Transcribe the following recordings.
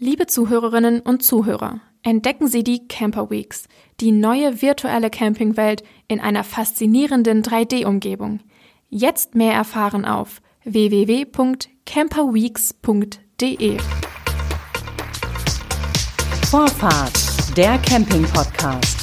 Liebe Zuhörerinnen und Zuhörer, entdecken Sie die Camper Weeks, die neue virtuelle Campingwelt in einer faszinierenden 3D-Umgebung. Jetzt mehr erfahren auf www.camperweeks.de. Vorfahrt, der Camping-Podcast.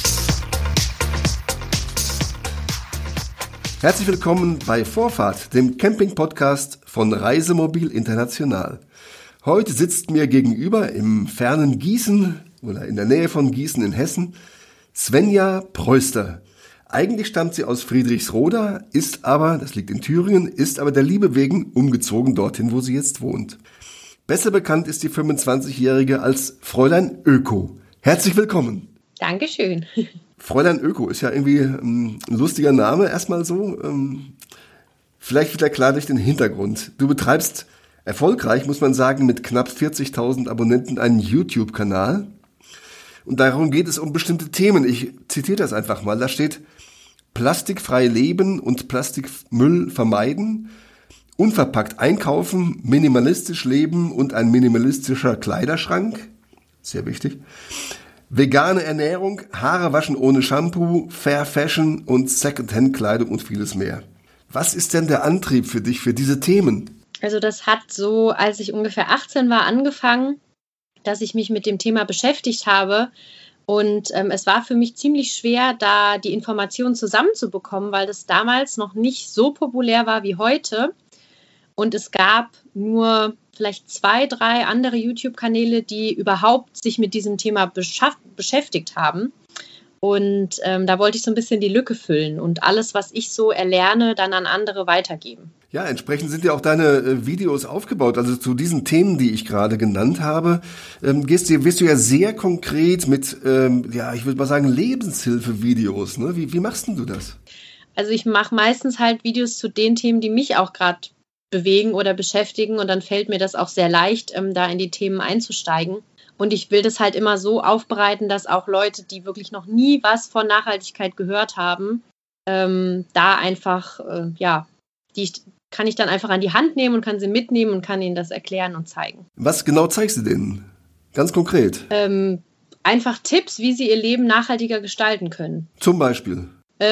Herzlich willkommen bei Vorfahrt, dem Camping-Podcast von Reisemobil International. Heute sitzt mir gegenüber im fernen Gießen oder in der Nähe von Gießen in Hessen Svenja Preuster. Eigentlich stammt sie aus Friedrichsroda, ist aber, das liegt in Thüringen, ist aber der Liebe wegen umgezogen dorthin, wo sie jetzt wohnt. Besser bekannt ist die 25-Jährige als Fräulein Öko. Herzlich willkommen. Dankeschön. Fräulein Öko ist ja irgendwie ein lustiger Name, erstmal so. Vielleicht wird er klar durch den Hintergrund. Du betreibst erfolgreich, muss man sagen, mit knapp 40.000 Abonnenten einen YouTube-Kanal. Und darum geht es um bestimmte Themen. Ich zitiere das einfach mal. Da steht: plastikfrei leben und Plastikmüll vermeiden, unverpackt einkaufen, minimalistisch leben und ein minimalistischer Kleiderschrank. Sehr wichtig. Vegane Ernährung, Haare waschen ohne Shampoo, Fair Fashion und Secondhand-Kleidung und vieles mehr. Was ist denn der Antrieb für dich für diese Themen? Also das hat so, als ich ungefähr 18 war, angefangen, dass ich mich mit dem Thema beschäftigt habe. Und es war für mich ziemlich schwer, da die Informationen zusammenzubekommen, weil das damals noch nicht so populär war wie heute. Und es gab nur vielleicht 2, 3 andere YouTube-Kanäle, die überhaupt sich mit diesem Thema beschäftigt haben. Und da wollte ich so ein bisschen die Lücke füllen und alles, was ich so erlerne, dann an andere weitergeben. Ja, entsprechend sind ja auch deine Videos aufgebaut. Also zu diesen Themen, die ich gerade genannt habe, wirst du ja sehr konkret mit, ich würde mal sagen, Lebenshilfe-Videos. Ne? Wie machst denn du das? Also ich mache meistens halt Videos zu den Themen, die mich auch gerade bewegen oder beschäftigen. Und dann fällt mir das auch sehr leicht, da in die Themen einzusteigen. Und ich will das halt immer so aufbereiten, dass auch Leute, die wirklich noch nie was von Nachhaltigkeit gehört haben, da einfach, kann ich dann einfach an die Hand nehmen und kann sie mitnehmen und kann ihnen das erklären und zeigen. Was genau zeigst du denen? Ganz konkret? Einfach Tipps, wie sie ihr Leben nachhaltiger gestalten können. Zum Beispiel?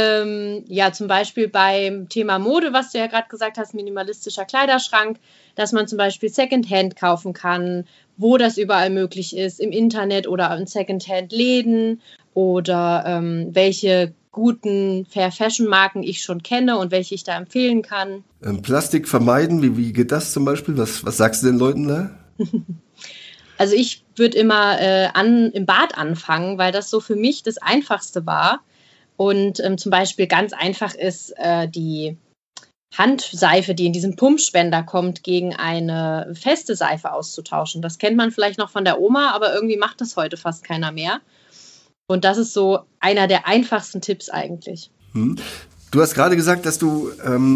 Zum Beispiel beim Thema Mode, was du ja gerade gesagt hast, minimalistischer Kleiderschrank, dass man zum Beispiel Secondhand kaufen kann, wo das überall möglich ist, im Internet oder in Secondhand-Läden oder welche guten Fair-Fashion-Marken ich schon kenne und welche ich da empfehlen kann. Plastik vermeiden, wie geht das zum Beispiel? Was sagst du den Leuten da? Also ich würde immer im Bad anfangen, weil das so für mich das Einfachste war. Und zum Beispiel ganz einfach ist die Handseife, die in diesen Pumpspender kommt, gegen eine feste Seife auszutauschen. Das kennt man vielleicht noch von der Oma, aber irgendwie macht das heute fast keiner mehr. Und das ist so einer der einfachsten Tipps eigentlich. Du hast gerade gesagt, dass du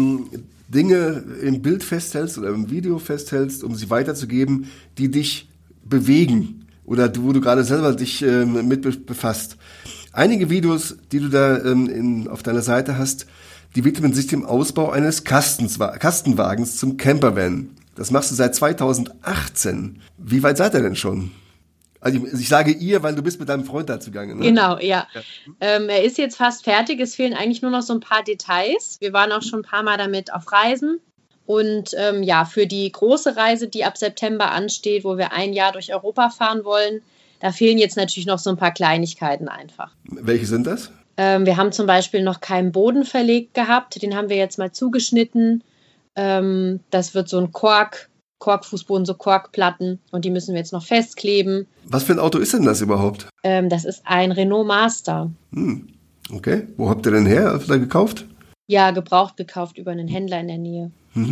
Dinge im Bild festhältst oder im Video festhältst, um sie weiterzugeben, die dich bewegen oder wo du gerade selber dich mit befasst. Einige Videos, die du da auf deiner Seite hast, die widmen sich dem Ausbau eines Kastenwagens zum Campervan. Das machst du seit 2018. Wie weit seid ihr denn schon? Also ich sage ihr, weil du bist mit deinem Freund da zugange. Ne? Genau, ja. Er ist jetzt fast fertig. Es fehlen eigentlich nur noch so ein paar Details. Wir waren auch schon ein paar Mal damit auf Reisen. Und für die große Reise, die ab September ansteht, wo wir ein Jahr durch Europa fahren wollen, da fehlen jetzt natürlich noch so ein paar Kleinigkeiten einfach. Welche sind das? Wir haben zum Beispiel noch keinen Boden verlegt gehabt. Den haben wir jetzt mal zugeschnitten. Das wird so ein Korkfußboden, so Korkplatten. Und die müssen wir jetzt noch festkleben. Was für ein Auto ist denn das überhaupt? Das ist ein Renault Master. Okay. Wo habt ihr denn her? Habt ihr da gekauft? Ja, gebraucht gekauft über einen Händler in der Nähe.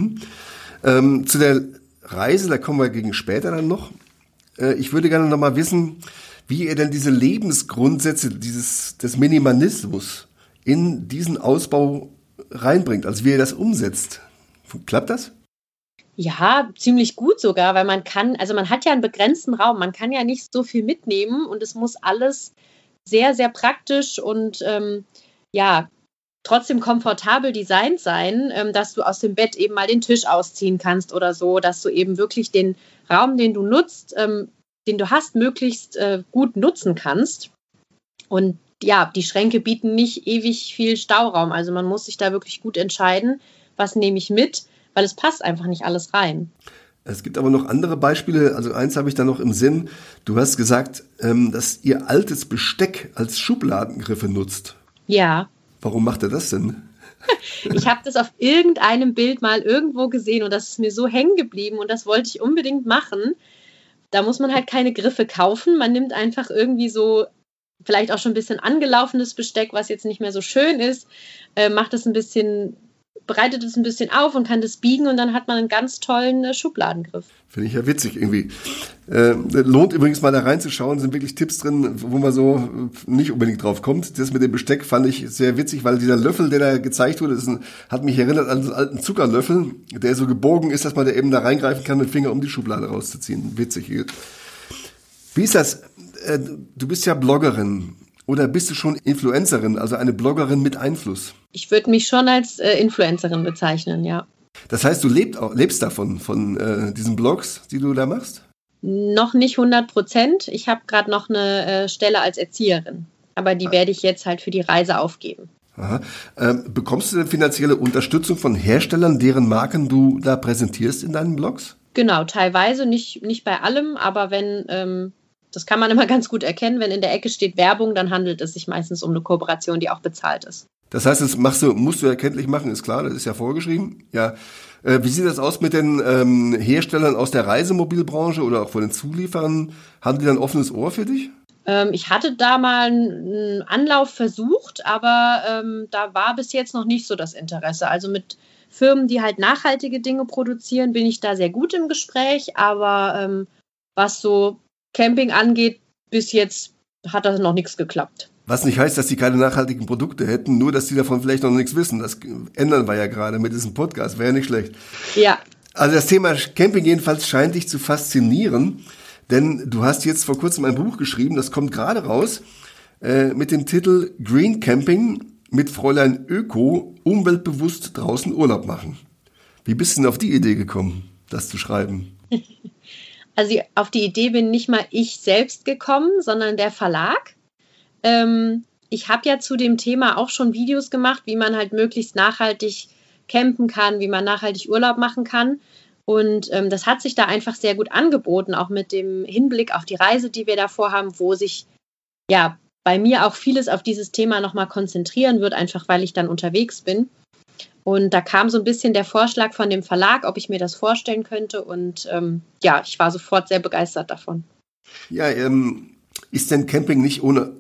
Zu der Reise, da kommen wir gegen später dann noch. Ich würde gerne noch mal wissen, wie ihr denn diese Lebensgrundsätze des Minimalismus in diesen Ausbau reinbringt, also wie ihr das umsetzt. Klappt das? Ja, ziemlich gut sogar, weil man hat ja einen begrenzten Raum, man kann ja nicht so viel mitnehmen und es muss alles sehr, sehr praktisch und trotzdem komfortabel designt sein, dass du aus dem Bett eben mal den Tisch ausziehen kannst oder so, dass du eben wirklich den Raum, den du nutzt, den du hast, möglichst gut nutzen kannst. Und ja, die Schränke bieten nicht ewig viel Stauraum. Also man muss sich da wirklich gut entscheiden, was nehme ich mit, weil es passt einfach nicht alles rein. Es gibt aber noch andere Beispiele. Also eins habe ich da noch im Sinn. Du hast gesagt, dass ihr altes Besteck als Schubladengriffe nutzt. Ja. Warum macht ihr das denn? Ich habe das auf irgendeinem Bild mal irgendwo gesehen und das ist mir so hängen geblieben und das wollte ich unbedingt machen. Da muss man halt keine Griffe kaufen. Man nimmt einfach irgendwie so vielleicht auch schon ein bisschen angelaufenes Besteck, was jetzt nicht mehr so schön ist, macht es ein bisschen, bereitet es ein bisschen auf und kann das biegen und dann hat man einen ganz tollen Schubladengriff. Finde ich ja witzig irgendwie. Lohnt übrigens mal da reinzuschauen, sind wirklich Tipps drin, wo man so nicht unbedingt drauf kommt. Das mit dem Besteck fand ich sehr witzig, weil dieser Löffel, der da gezeigt wurde, hat mich erinnert an einen alten Zuckerlöffel, der so gebogen ist, dass man da eben da reingreifen kann mit dem Finger, um die Schublade rauszuziehen. Witzig. Wie ist das? Du bist ja Bloggerin. Oder bist du schon Influencerin, also eine Bloggerin mit Einfluss? Ich würde mich schon als Influencerin bezeichnen, ja. Das heißt, du lebst davon, von diesen Blogs, die du da machst? Noch nicht 100%. Ich habe gerade noch eine Stelle als Erzieherin. Aber die werde ich jetzt halt für die Reise aufgeben. Aha. Bekommst du denn finanzielle Unterstützung von Herstellern, deren Marken du da präsentierst in deinen Blogs? Genau, teilweise, nicht bei allem, aber wenn... Das kann man immer ganz gut erkennen. Wenn in der Ecke steht Werbung, dann handelt es sich meistens um eine Kooperation, die auch bezahlt ist. Das heißt, das musst du erkenntlich machen, ist klar, das ist ja vorgeschrieben. Ja. Wie sieht das aus mit den Herstellern aus der Reisemobilbranche oder auch von den Zulieferern? Haben die dann ein offenes Ohr für dich? Ich hatte da mal einen Anlauf versucht, aber da war bis jetzt noch nicht so das Interesse. Also mit Firmen, die halt nachhaltige Dinge produzieren, bin ich da sehr gut im Gespräch. Aber was so Camping angeht, bis jetzt hat das noch nichts geklappt. Was nicht heißt, dass die keine nachhaltigen Produkte hätten, nur dass die davon vielleicht noch nichts wissen. Das ändern wir ja gerade mit diesem Podcast, wäre ja nicht schlecht. Ja. Also das Thema Camping jedenfalls scheint dich zu faszinieren, denn du hast jetzt vor kurzem ein Buch geschrieben, das kommt gerade raus, mit dem Titel Green Camping mit Fräulein Öko, umweltbewusst draußen Urlaub machen. Wie bist du denn auf die Idee gekommen, das zu schreiben? Also auf die Idee bin nicht mal ich selbst gekommen, sondern der Verlag. Ich habe ja zu dem Thema auch schon Videos gemacht, wie man halt möglichst nachhaltig campen kann, wie man nachhaltig Urlaub machen kann. Und das hat sich da einfach sehr gut angeboten, auch mit dem Hinblick auf die Reise, die wir davor haben, wo sich ja bei mir auch vieles auf dieses Thema nochmal konzentrieren wird, einfach weil ich dann unterwegs bin. Und da kam so ein bisschen der Vorschlag von dem Verlag, ob ich mir das vorstellen könnte. Und ich war sofort sehr begeistert davon. Ja, ist denn Camping nicht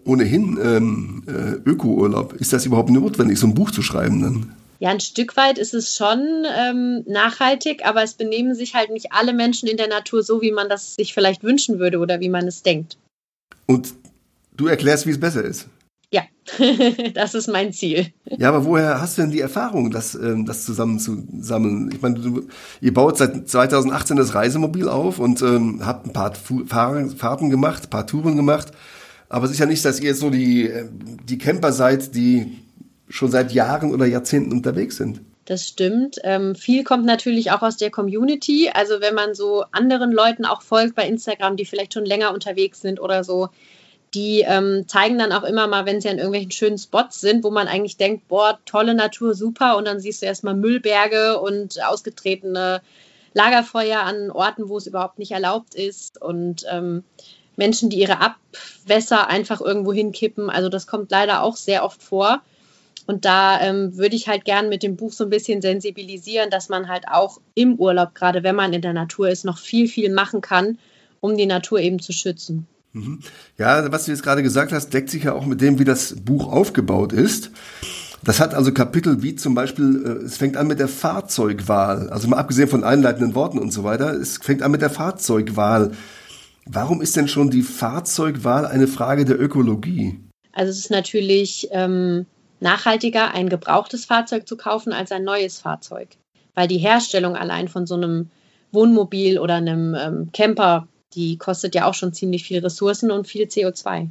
ohnehin Öko-Urlaub? Ist das überhaupt notwendig, so ein Buch zu schreiben dann? Ja, ein Stück weit ist es schon nachhaltig, aber es benehmen sich halt nicht alle Menschen in der Natur so, wie man das sich vielleicht wünschen würde oder wie man es denkt. Und du erklärst, wie es besser ist? Ja, das ist mein Ziel. Ja, aber woher hast du denn die Erfahrung, das zusammenzusammeln? Ich meine, ihr baut seit 2018 das Reisemobil auf und habt ein paar Fahrten gemacht, ein paar Touren gemacht. Aber es ist ja nicht, dass ihr jetzt so die Camper seid, die schon seit Jahren oder Jahrzehnten unterwegs sind. Das stimmt. Viel kommt natürlich auch aus der Community. Also wenn man so anderen Leuten auch folgt bei Instagram, die vielleicht schon länger unterwegs sind oder so, die zeigen dann auch immer mal, wenn sie an irgendwelchen schönen Spots sind, wo man eigentlich denkt, boah, tolle Natur, super. Und dann siehst du erstmal Müllberge und ausgetretene Lagerfeuer an Orten, wo es überhaupt nicht erlaubt ist. Und Menschen, die ihre Abwässer einfach irgendwo hinkippen. Also das kommt leider auch sehr oft vor. Und da würde ich halt gern mit dem Buch so ein bisschen sensibilisieren, dass man halt auch im Urlaub, gerade wenn man in der Natur ist, noch viel, viel machen kann, um die Natur eben zu schützen. Ja, was du jetzt gerade gesagt hast, deckt sich ja auch mit dem, wie das Buch aufgebaut ist. Das hat also Kapitel wie zum Beispiel, es fängt an mit der Fahrzeugwahl, also mal abgesehen von einleitenden Worten und so weiter, es fängt an mit der Fahrzeugwahl. Warum ist denn schon die Fahrzeugwahl eine Frage der Ökologie? Also es ist natürlich nachhaltiger, ein gebrauchtes Fahrzeug zu kaufen, als ein neues Fahrzeug. Weil die Herstellung allein von so einem Wohnmobil oder einem Camper, die kostet ja auch schon ziemlich viel Ressourcen und viel CO2.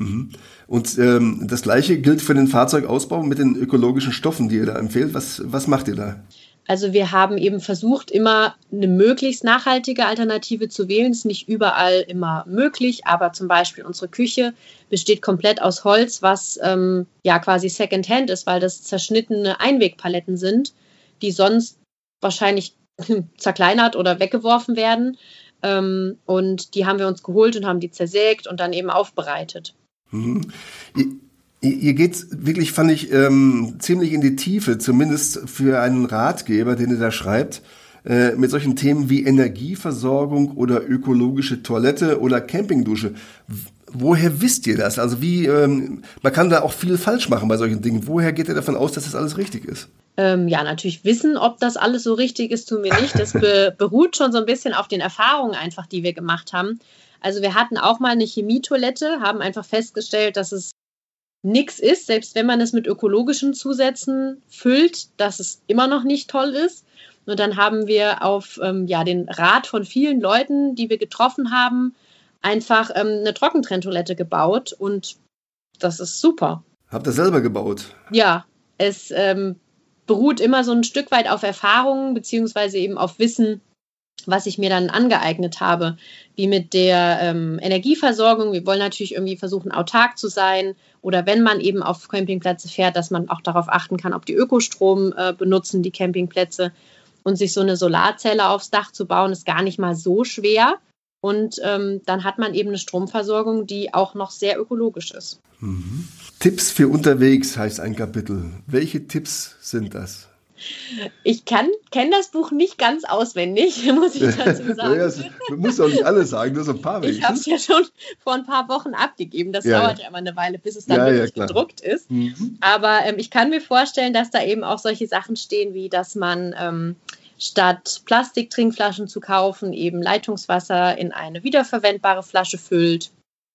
Und das Gleiche gilt für den Fahrzeugausbau mit den ökologischen Stoffen, die ihr da empfehlt. Was macht ihr da? Also wir haben eben versucht, immer eine möglichst nachhaltige Alternative zu wählen. Es ist nicht überall immer möglich, aber zum Beispiel unsere Küche besteht komplett aus Holz, was quasi Secondhand ist, weil das zerschnittene Einwegpaletten sind, die sonst wahrscheinlich zerkleinert oder weggeworfen werden. Und die haben wir uns geholt und haben die zersägt und dann eben aufbereitet. Mhm. Ihr geht wirklich, fand ich, ziemlich in die Tiefe, zumindest für einen Ratgeber, den ihr da schreibt, mit solchen Themen wie Energieversorgung oder ökologische Toilette oder Campingdusche. Woher wisst ihr das? Also man kann da auch viel falsch machen bei solchen Dingen. Woher geht ihr davon aus, dass das alles richtig ist? Natürlich wissen, ob das alles so richtig ist, tun wir nicht. Das beruht schon so ein bisschen auf den Erfahrungen einfach, die wir gemacht haben. Also wir hatten auch mal eine Chemietoilette, haben einfach festgestellt, dass es nichts ist, selbst wenn man es mit ökologischen Zusätzen füllt, dass es immer noch nicht toll ist. Und dann haben wir auf den Rat von vielen Leuten, die wir getroffen haben, einfach eine Trockentrenntoilette gebaut und das ist super. Habt ihr selber gebaut? Ja, es beruht immer so ein Stück weit auf Erfahrungen beziehungsweise eben auf Wissen, was ich mir dann angeeignet habe, wie mit der Energieversorgung. Wir wollen natürlich irgendwie versuchen, autark zu sein oder wenn man eben auf Campingplätze fährt, dass man auch darauf achten kann, ob die Ökostrom benutzen, die Campingplätze. Und sich so eine Solarzelle aufs Dach zu bauen, ist gar nicht mal so schwer. Und dann hat man eben eine Stromversorgung, die auch noch sehr ökologisch ist. Mhm. Tipps für unterwegs heißt ein Kapitel. Welche Tipps sind das? Ich kenne das Buch nicht ganz auswendig, muss ich dazu sagen. Du musst doch nicht alles sagen, nur so ein paar Ich habe es ja schon vor ein paar Wochen abgegeben. Das dauert ja immer eine Weile, bis es dann wirklich gedruckt ist. Mhm. Aber ich kann mir vorstellen, dass da eben auch solche Sachen stehen, wie dass man statt Plastiktrinkflaschen zu kaufen, eben Leitungswasser in eine wiederverwendbare Flasche füllt.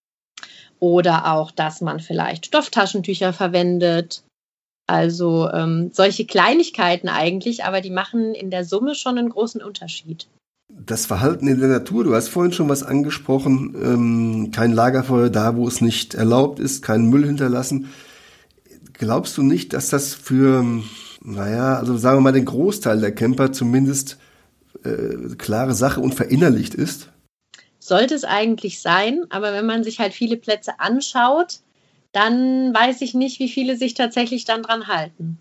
Oder auch, dass man vielleicht Stofftaschentücher verwendet. Also solche Kleinigkeiten eigentlich, aber die machen in der Summe schon einen großen Unterschied. Das Verhalten in der Natur, du hast vorhin schon was angesprochen, kein Lagerfeuer da, wo es nicht erlaubt ist, keinen Müll hinterlassen. Glaubst du nicht, dass das für, also sagen wir mal, den Großteil der Camper zumindest klare Sache und verinnerlicht ist? Sollte es eigentlich sein, aber wenn man sich halt viele Plätze anschaut, dann weiß ich nicht, wie viele sich tatsächlich dann dran halten.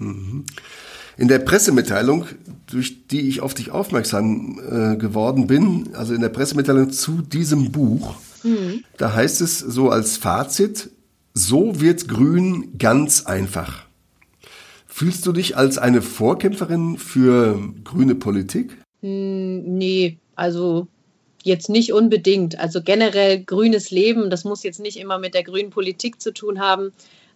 In der Pressemitteilung, durch die ich auf dich aufmerksam geworden bin, also in der Pressemitteilung zu diesem Buch, da heißt es so als Fazit, so wird Grün ganz einfach. Fühlst du dich als eine Vorkämpferin für grüne Politik? Nee, also jetzt nicht unbedingt. Also generell grünes Leben, das muss jetzt nicht immer mit der grünen Politik zu tun haben.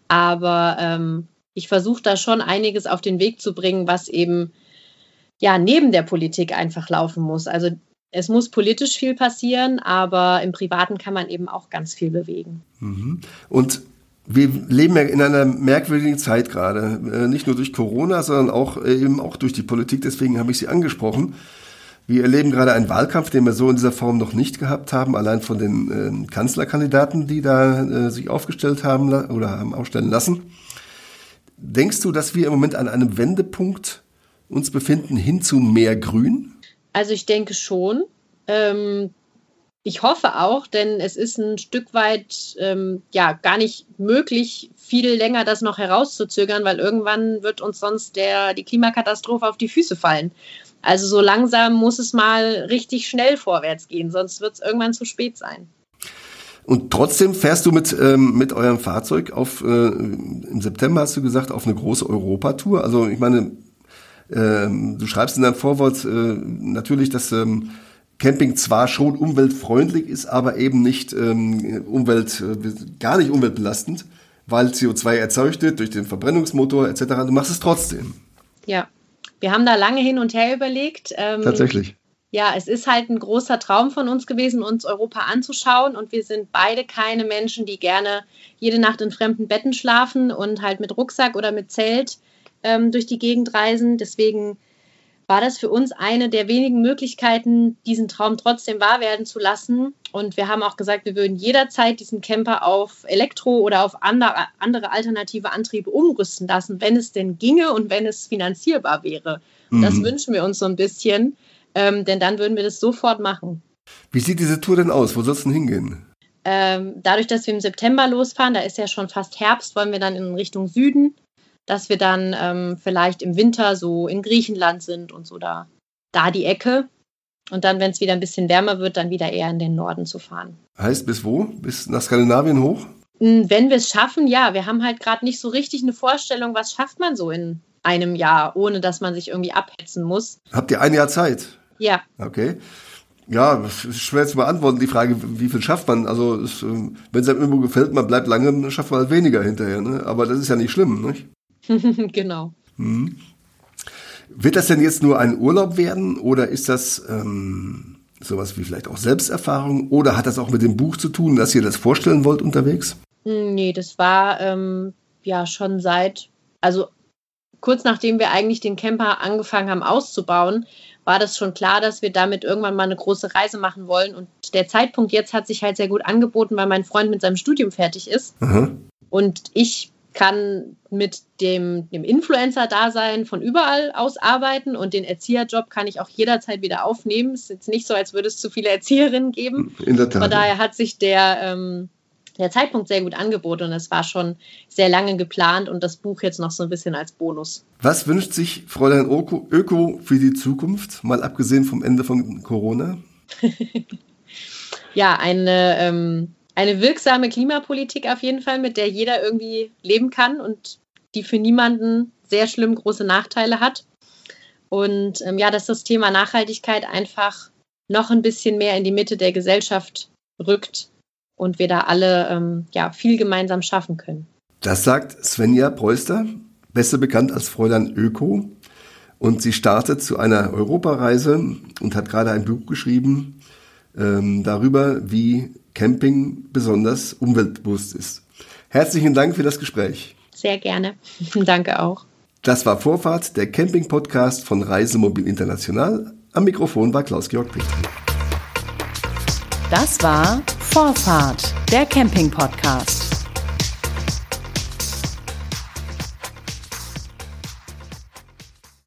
Aber ich versuche da schon einiges auf den Weg zu bringen, was eben neben der Politik einfach laufen muss. Also es muss politisch viel passieren, aber im Privaten kann man eben auch ganz viel bewegen. Und wir leben ja in einer merkwürdigen Zeit gerade. Nicht nur durch Corona, sondern auch durch die Politik. Deswegen habe ich sie angesprochen. Wir erleben gerade einen Wahlkampf, den wir so in dieser Form noch nicht gehabt haben, allein von den Kanzlerkandidaten, die da sich aufgestellt haben oder haben aufstellen lassen. Denkst du, dass wir im Moment an einem Wendepunkt uns befinden hin zu mehr Grün? Also ich denke schon. Ich hoffe auch, denn es ist ein Stück weit gar nicht möglich, viel länger das noch herauszuzögern, weil irgendwann wird uns sonst die Klimakatastrophe auf die Füße fallen. Also so langsam muss es mal richtig schnell vorwärts gehen, sonst wird es irgendwann zu spät sein. Und trotzdem fährst du mit eurem Fahrzeug im September, hast du gesagt, auf eine große Europatour. Also ich meine, du schreibst in deinem Vorwort natürlich, dass Camping zwar schon umweltfreundlich ist, aber eben nicht gar nicht umweltbelastend, weil CO2 erzeugt wird durch den Verbrennungsmotor etc. Du machst es trotzdem. Ja. Wir haben da lange hin und her überlegt. Tatsächlich. Ja, es ist halt ein großer Traum von uns gewesen, uns Europa anzuschauen. Und wir sind beide keine Menschen, die gerne jede Nacht in fremden Betten schlafen und halt mit Rucksack oder mit Zelt durch die Gegend reisen. Deswegen war das für uns eine der wenigen Möglichkeiten, diesen Traum trotzdem wahr werden zu lassen. Und wir haben auch gesagt, wir würden jederzeit diesen Camper auf Elektro oder auf andere alternative Antriebe umrüsten lassen, wenn es denn ginge und wenn es finanzierbar wäre. Und das wünschen wir uns so ein bisschen, denn dann würden wir das sofort machen. Wie sieht diese Tour denn aus? Wo soll es denn hingehen? Dadurch, dass wir im September losfahren, da ist ja schon fast Herbst, wollen wir dann in Richtung Süden, dass wir dann vielleicht im Winter so in Griechenland sind und so da die Ecke. Und dann, wenn es wieder ein bisschen wärmer wird, dann wieder eher in den Norden zu fahren. Heißt bis wo? Bis nach Skandinavien hoch? Wenn wir es schaffen, ja. Wir haben halt gerade nicht so richtig eine Vorstellung, was schafft man so in einem Jahr, ohne dass man sich irgendwie abhetzen muss. Habt ihr ein Jahr Zeit? Ja. Okay. Ja, es ist schwer zu beantworten, die Frage, wie viel schafft man. Also wenn es einem irgendwo gefällt, man bleibt lange, dann schafft man halt weniger hinterher. Ne? Aber das ist ja nicht schlimm, nicht? Genau. Wird das denn jetzt nur ein Urlaub werden oder ist das sowas wie vielleicht auch Selbsterfahrung oder hat das auch mit dem Buch zu tun, dass ihr das vorstellen wollt unterwegs? Nee, das war schon also kurz nachdem wir eigentlich den Camper angefangen haben auszubauen, war das schon klar, dass wir damit irgendwann mal eine große Reise machen wollen. Und der Zeitpunkt jetzt hat sich halt sehr gut angeboten, weil mein Freund mit seinem Studium fertig ist. Aha. Und ich kann mit dem Influencer-Dasein von überall aus arbeiten und den Erzieherjob kann ich auch jederzeit wieder aufnehmen. Es ist jetzt nicht so, als würde es zu viele Erzieherinnen geben. In der Tat. Von daher hat sich der Zeitpunkt sehr gut angeboten und es war schon sehr lange geplant und das Buch jetzt noch so ein bisschen als Bonus. Was wünscht sich Fräulein Öko für die Zukunft, mal abgesehen vom Ende von Corona? Ja, eine wirksame Klimapolitik auf jeden Fall, mit der jeder irgendwie leben kann und die für niemanden sehr schlimm große Nachteile hat. Und dass das Thema Nachhaltigkeit einfach noch ein bisschen mehr in die Mitte der Gesellschaft rückt und wir da alle viel gemeinsam schaffen können. Das sagt Svenja Preuster, besser bekannt als Fräulein Öko. Und sie startet zu einer Europareise und hat gerade ein Buch geschrieben darüber, wie Camping besonders umweltbewusst ist. Herzlichen Dank für das Gespräch. Sehr gerne. Danke auch. Das war Vorfahrt, der Camping-Podcast von Reisemobil International. Am Mikrofon war Klaus-Georg Petri. Das war Vorfahrt, der Camping-Podcast.